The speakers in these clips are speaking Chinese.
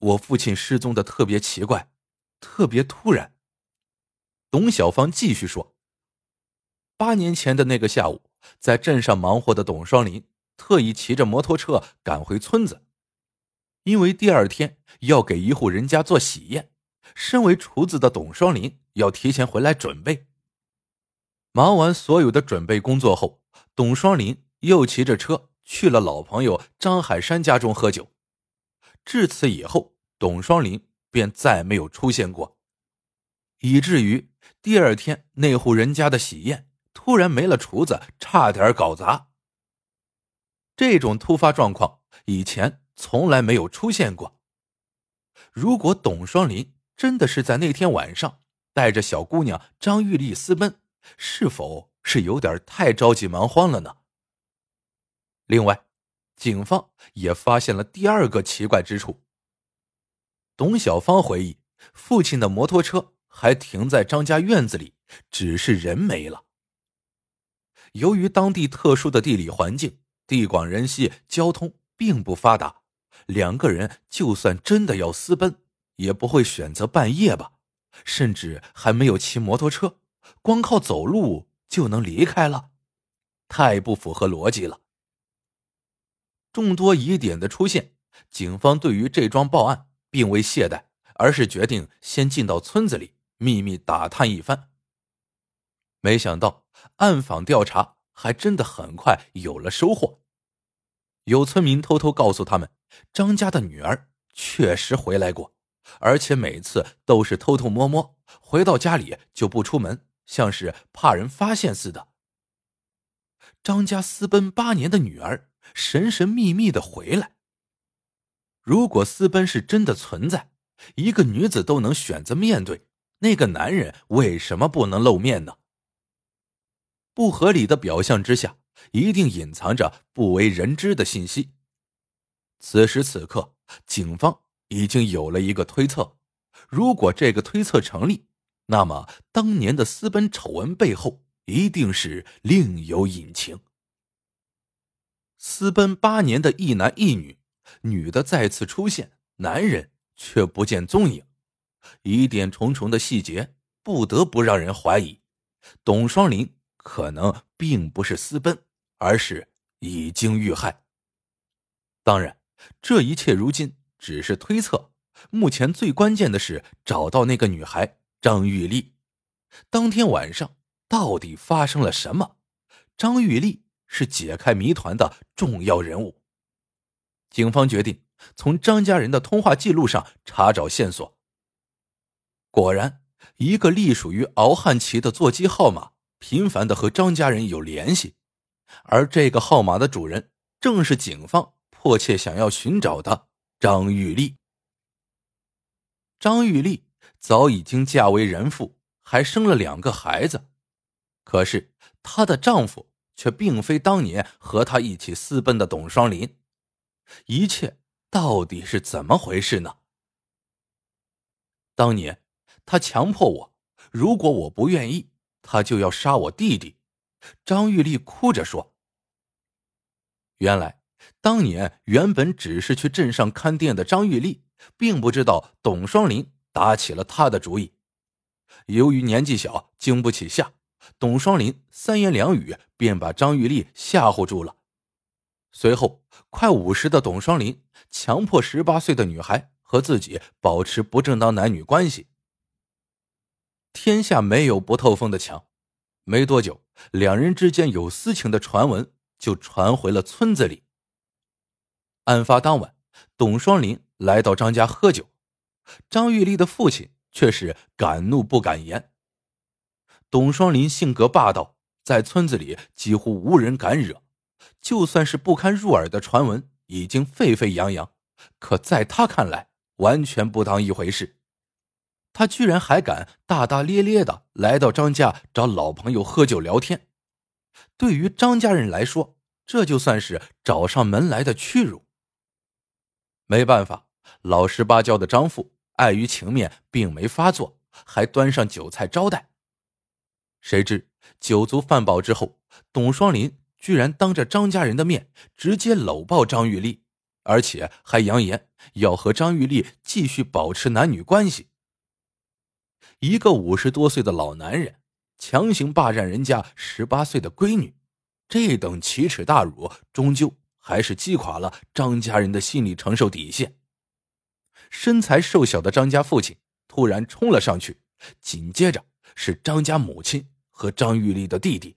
我父亲失踪的特别奇怪，特别突然。董小芳继续说，8年前的那个下午，在镇上忙活的董双林特意骑着摩托车赶回村子，因为第二天要给一户人家做喜宴，身为厨子的董双林要提前回来准备。忙完所有的准备工作后，董双林又骑着车去了老朋友张海山家中喝酒。至此以后，董双林便再没有出现过，以至于第二天那户人家的喜宴突然没了厨子，差点搞砸。这种突发状况以前从来没有出现过。如果董双林真的是在那天晚上带着小姑娘张玉丽私奔，是否是有点太着急忙慌了呢？另外，警方也发现了第二个奇怪之处。董小芳回忆，父亲的摩托车还停在张家院子里，只是人没了。由于当地特殊的地理环境，地广人稀，交通并不发达，两个人就算真的要私奔，也不会选择半夜吧，甚至还没有骑摩托车，光靠走路就能离开了，太不符合逻辑了。众多疑点的出现，警方对于这桩报案并未懈怠，而是决定先进到村子里秘密打探一番。没想到暗访调查还真的很快有了收获。有村民偷偷告诉他们，张家的女儿确实回来过，而且每次都是偷偷摸摸，回到家里就不出门，像是怕人发现似的。张家私奔8年的女儿神神秘秘的回来。如果私奔是真的存在，一个女子都能选择面对，那个男人为什么不能露面呢？不合理的表象之下，一定隐藏着不为人知的信息。此时此刻，警方已经有了一个推测，如果这个推测成立，那么当年的私奔丑闻背后一定是另有隐情。私奔8年的一男一女，女的再次出现，男人却不见踪影，疑点重重的细节不得不让人怀疑，董双林可能并不是私奔，而是已经遇害。当然，这一切如今只是推测，目前最关键的是找到那个女孩张玉丽。当天晚上到底发生了什么？张玉丽是解开谜团的重要人物。警方决定从张家人的通话记录上查找线索。果然，一个隶属于敖汉旗的座机号码频繁地和张家人有联系，而这个号码的主人正是警方迫切想要寻找的张玉丽。张玉丽早已经嫁为人妇，还生了2个孩子，可是她的丈夫却并非当年和她一起私奔的董双林。一切到底是怎么回事呢？当年他强迫我，如果我不愿意，他就要杀我弟弟。张玉丽哭着说。原来当年原本只是去镇上看店的张玉丽，并不知道董双林打起了他的主意。由于年纪小，经不起吓，董双林3言2语便把张玉丽吓唬住了。随后快50的董双林强迫18岁的女孩和自己保持不正当男女关系。天下没有不透风的墙，没多久，两人之间有私情的传闻就传回了村子里。案发当晚，董双林来到张家喝酒，张玉丽的父亲却是敢怒不敢言。董双林性格霸道，在村子里几乎无人敢惹，就算是不堪入耳的传闻已经沸沸扬扬，可在他看来完全不当一回事。他居然还敢大大咧咧地来到张家找老朋友喝酒聊天，对于张家人来说，这就算是找上门来的屈辱。没办法，老实巴交的张父碍于情面并没发作，还端上酒菜招待。谁知酒足饭饱之后，董双林居然当着张家人的面直接搂抱张玉丽， 而且还扬言要和张玉丽继续保持男女关系。一个50多岁的老男人强行霸占人家18岁的闺女，这等奇耻大辱，终究还是击垮了张家人的心理承受底线。身材瘦小的张家父亲突然冲了上去，紧接着是张家母亲和张玉丽的弟弟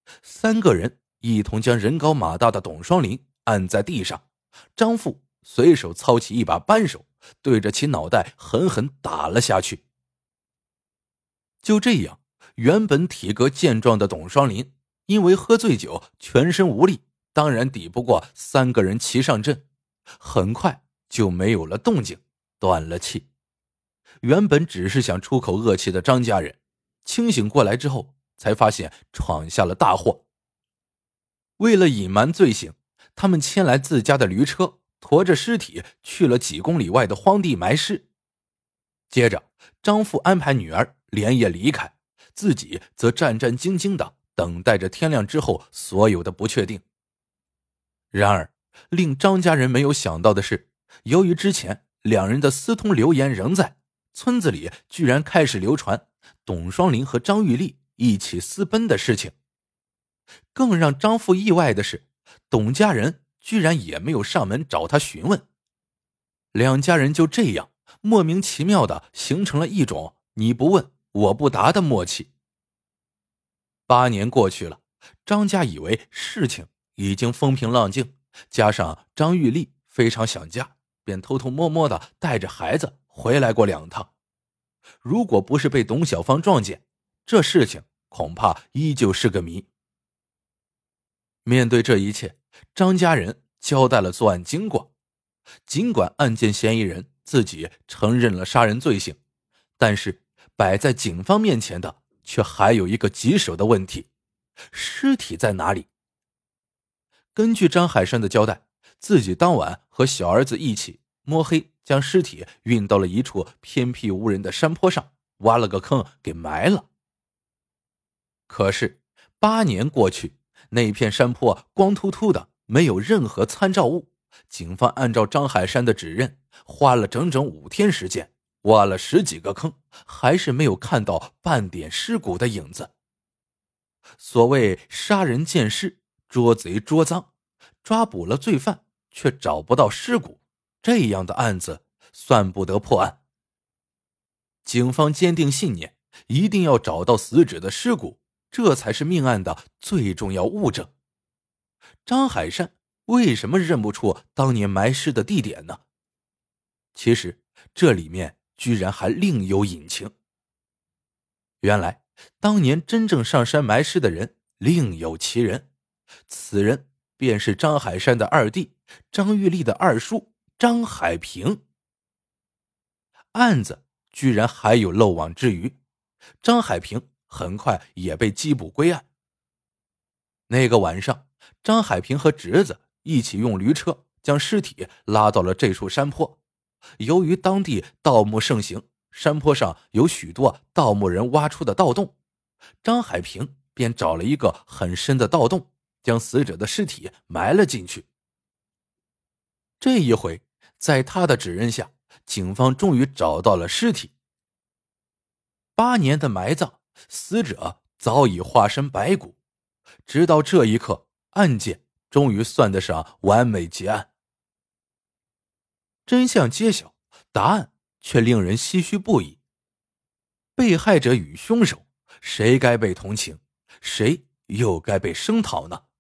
，3个人一同将人高马大的董双林按在地上，张父随手操起一把扳手，对着其脑袋狠狠打了下去。就这样，原本体格健壮的董双林因为喝醉酒全身无力，当然抵不过3个人齐上阵，很快就没有了动静，断了气。原本只是想出口恶气的张家人清醒过来之后，才发现闯下了大祸。为了隐瞒罪行，他们牵来自家的驴车，驮着尸体去了几公里外的荒地埋尸。接着张父安排女儿连夜离开，自己则战战兢兢地等待着天亮之后所有的不确定。然而令张家人没有想到的是，由于之前2人的私通流言仍在，村子里居然开始流传董双林和张玉丽一起私奔的事情。更让张父意外的是，董家人居然也没有上门找他询问。2家人就这样莫名其妙地形成了一种你不问我不答的默契。8年过去了，张家以为事情已经风平浪静，加上张玉丽非常想家，便偷偷摸摸地带着孩子回来过2趟。如果不是被董小芳撞见，这事情恐怕依旧是个谜。面对这一切，张家人交代了作案经过。尽管案件嫌疑人自己承认了杀人罪行，但是摆在警方面前的却还有一个棘手的问题：尸体在哪里？根据张海山的交代，自己当晚和小儿子一起摸黑将尸体运到了一处偏僻无人的山坡上，挖了个坑给埋了。可是8年过去，那片山坡光秃秃的，没有任何参照物。警方按照张海山的指认，花了整整5天时间，挖了10几个坑，还是没有看到半点尸骨的影子。所谓杀人见尸，捉贼捉赃，抓捕了罪犯却找不到尸骨，这样的案子算不得破案。警方坚定信念，一定要找到死者的尸骨，这才是命案的最重要物证。张海山为什么认不出当年埋尸的地点呢？其实这里面居然还另有隐情。原来当年真正上山埋尸的人另有其人，此人便是张海山的2弟，张玉丽的2叔张海平。案子居然还有漏网之鱼，张海平很快也被缉捕归案。那个晚上，张海平和侄子一起用驴车将尸体拉到了这处山坡。由于当地盗墓盛行，山坡上有许多盗墓人挖出的盗洞，张海平便找了一个很深的盗洞，将死者的尸体埋了进去。这一回，在他的指认下，警方终于找到了尸体。8年的埋葬，死者早已化身白骨。直到这一刻，案件终于算得上完美结案。真相揭晓，答案却令人唏嘘不已。被害者与凶手，谁该被同情，谁又该被声讨呢？